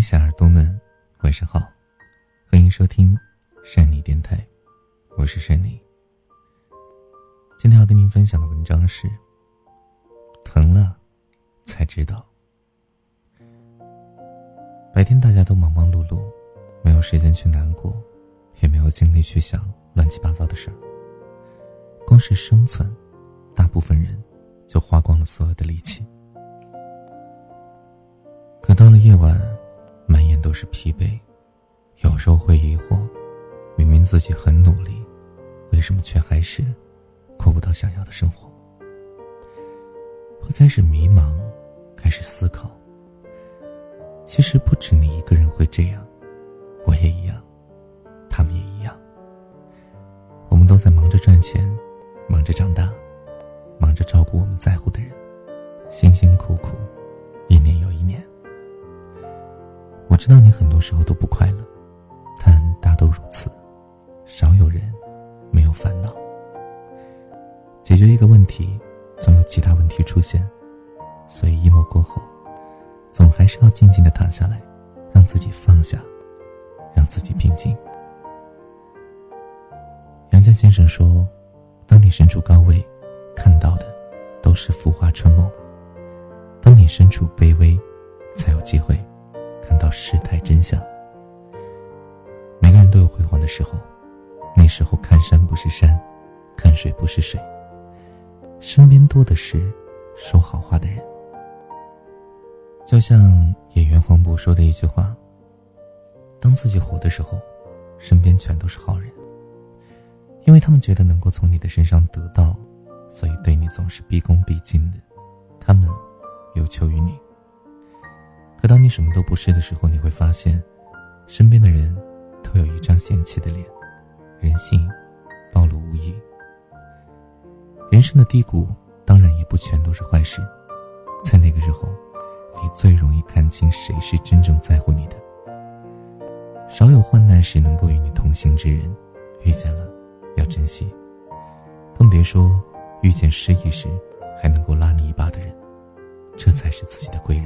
小耳朵们，晚上好，欢迎收听善妮电台，我是善妮。今天要跟您分享的文章是疼了才知道。白天大家都忙忙碌碌，没有时间去难过，也没有精力去想乱七八糟的事儿。光是生存，大部分人就花光了所有的力气。可到了夜晚，满眼都是疲惫，有时候会疑惑，明明自己很努力，为什么却还是过不到想要的生活？会开始迷茫，开始思考。其实不止你一个人会这样，我也一样，他们也一样。我们都在忙着赚钱，忙着长大，忙着照顾我们在乎的人，辛辛苦苦，一年又一年。我知道你很多时候都不快乐，但大都如此，少有人没有烦恼。解决一个问题，总有其他问题出现，所以 emo 过后，总还是要静静地躺下来，让自己放下，让自己平静。杨绛先生说，当你身处高位，看到的都是浮华春梦；当你身处卑微，才有机会看到世态真相。每个人都有辉煌的时候，那时候看山不是山，看水不是水，身边多的是说好话的人。就像演员黄渤说的一句话，当自己火的时候，身边全都是好人，因为他们觉得能够从你的身上得到，所以对你总是毕恭毕敬的，他们有求于你。可当你什么都不是的时候，你会发现身边的人都有一张嫌弃的脸，人性暴露无遗。人生的低谷当然也不全都是坏事，在那个时候你最容易看清谁是真正在乎你的。少有患难时能够与你同行之人，遇见了要珍惜，更别说遇见失意时还能够拉你一把的人，这才是自己的贵人。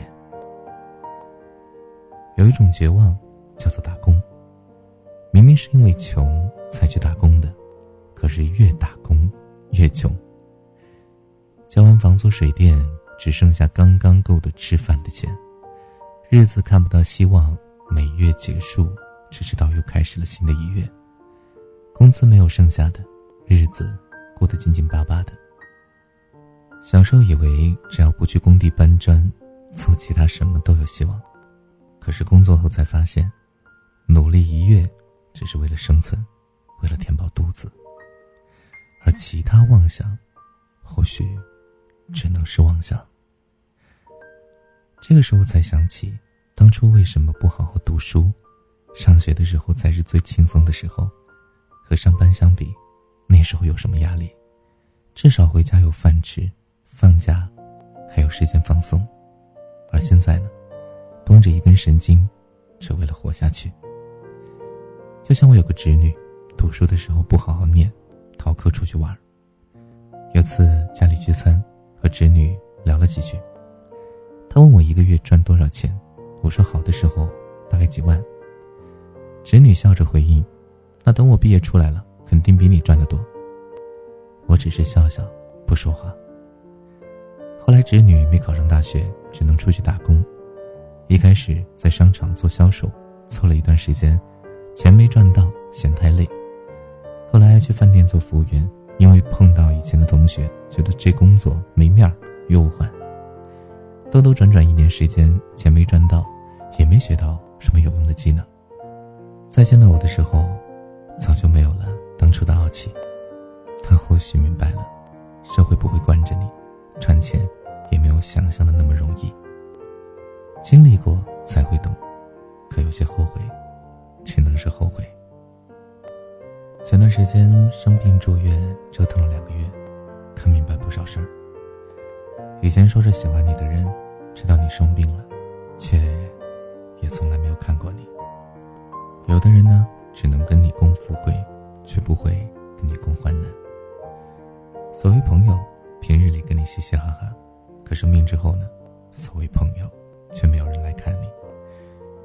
有一种绝望叫做打工，明明是因为穷才去打工的，可是越打工越穷。交完房租水电，只剩下刚刚够的吃饭的钱，日子看不到希望，每月结束，只知道又开始了新的一月。工资没有剩下的，日子过得紧紧巴巴的。小时候以为只要不去工地搬砖，做其他什么都有希望，可是工作后才发现，努力一月只是为了生存，为了填饱肚子，而其他妄想或许只能是妄想。这个时候才想起当初为什么不好好读书，上学的时候才是最轻松的时候，和上班相比，那时候有什么压力？至少回家有饭吃，放假还有时间放松。而现在呢，绷着一根神经，只为了活下去。就像我有个侄女，读书的时候不好好念，逃课出去玩。有次家里聚餐，和侄女聊了几句，她问我一个月赚多少钱，我说好的时候大概几万。侄女笑着回应，那等我毕业出来了，肯定比你赚得多。我只是笑笑不说话。后来侄女没考上大学，只能出去打工。一开始在商场做销售，做了一段时间，钱没赚到，嫌太累。后来去饭店做服务员，因为碰到以前的同学，觉得这工作没面儿，约我换。兜兜转转一年时间，钱没赚到，也没学到什么有用的技能。再见到我的时候，早就没有了当初的傲气。他或许明白了，社会不会惯着你，赚钱也没有想象的那么容易。经历过才会懂，可有些后悔，只能是后悔。前段时间生病住院，折腾了2个月，看明白不少事儿。以前说着喜欢你的人，直到你生病了，却也从来没有看过你。有的人呢，只能跟你共富贵，却不会跟你共患难。所谓朋友，平日里跟你嘻嘻哈哈，可生病之后呢，所谓朋友却没有人来看你。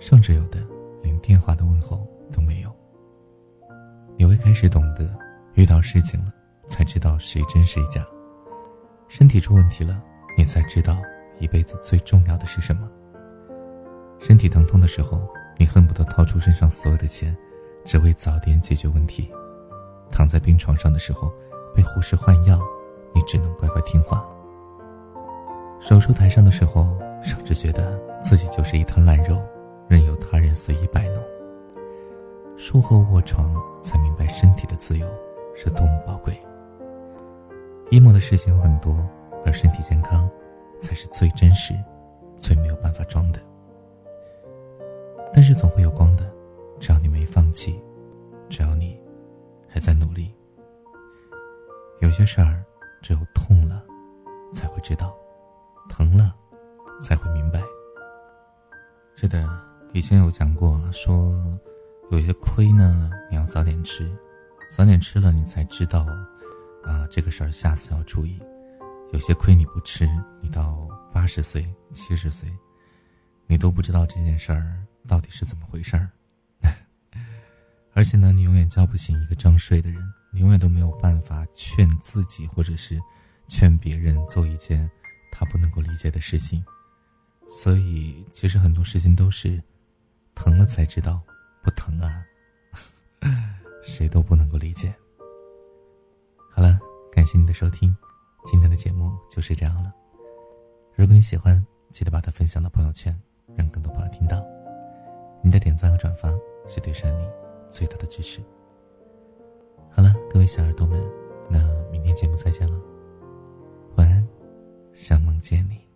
甚至有的连电话的问候都没有。你会开始懂得，遇到事情了才知道谁真谁假，身体出问题了你才知道一辈子最重要的是什么。身体疼痛的时候，你恨不得掏出身上所有的钱，只为早点解决问题。躺在病床上的时候，被护士换药，你只能乖乖听话。手术台上的时候，甚至觉得自己就是一滩烂肉，任由他人随意摆弄。术后卧床，才明白身体的自由是多么宝贵。emo的事情有很多，而身体健康才是最真实、最没有办法装的。但是总会有光的，只要你没放弃，只要你还在努力。有些事儿只有痛了才会知道，疼了才会明白。是的，以前有讲过，说有些亏呢你要早点吃，早点吃了你才知道这个事儿下次要注意。有些亏你不吃，你到80岁70岁你都不知道这件事儿到底是怎么回事儿。而且呢，你永远叫不醒一个装睡的人，你永远都没有办法劝自己或者是劝别人做一件他不能够理解的事情。所以其实很多事情都是疼了才知道，不疼啊谁都不能够理解。好了，感谢你的收听，今天的节目就是这样了。如果你喜欢，记得把它分享到朋友圈，让更多朋友听到。你的点赞和转发是对山你最大的支持。好了，各位小耳朵们，那明天节目再见了，晚安，想梦见你。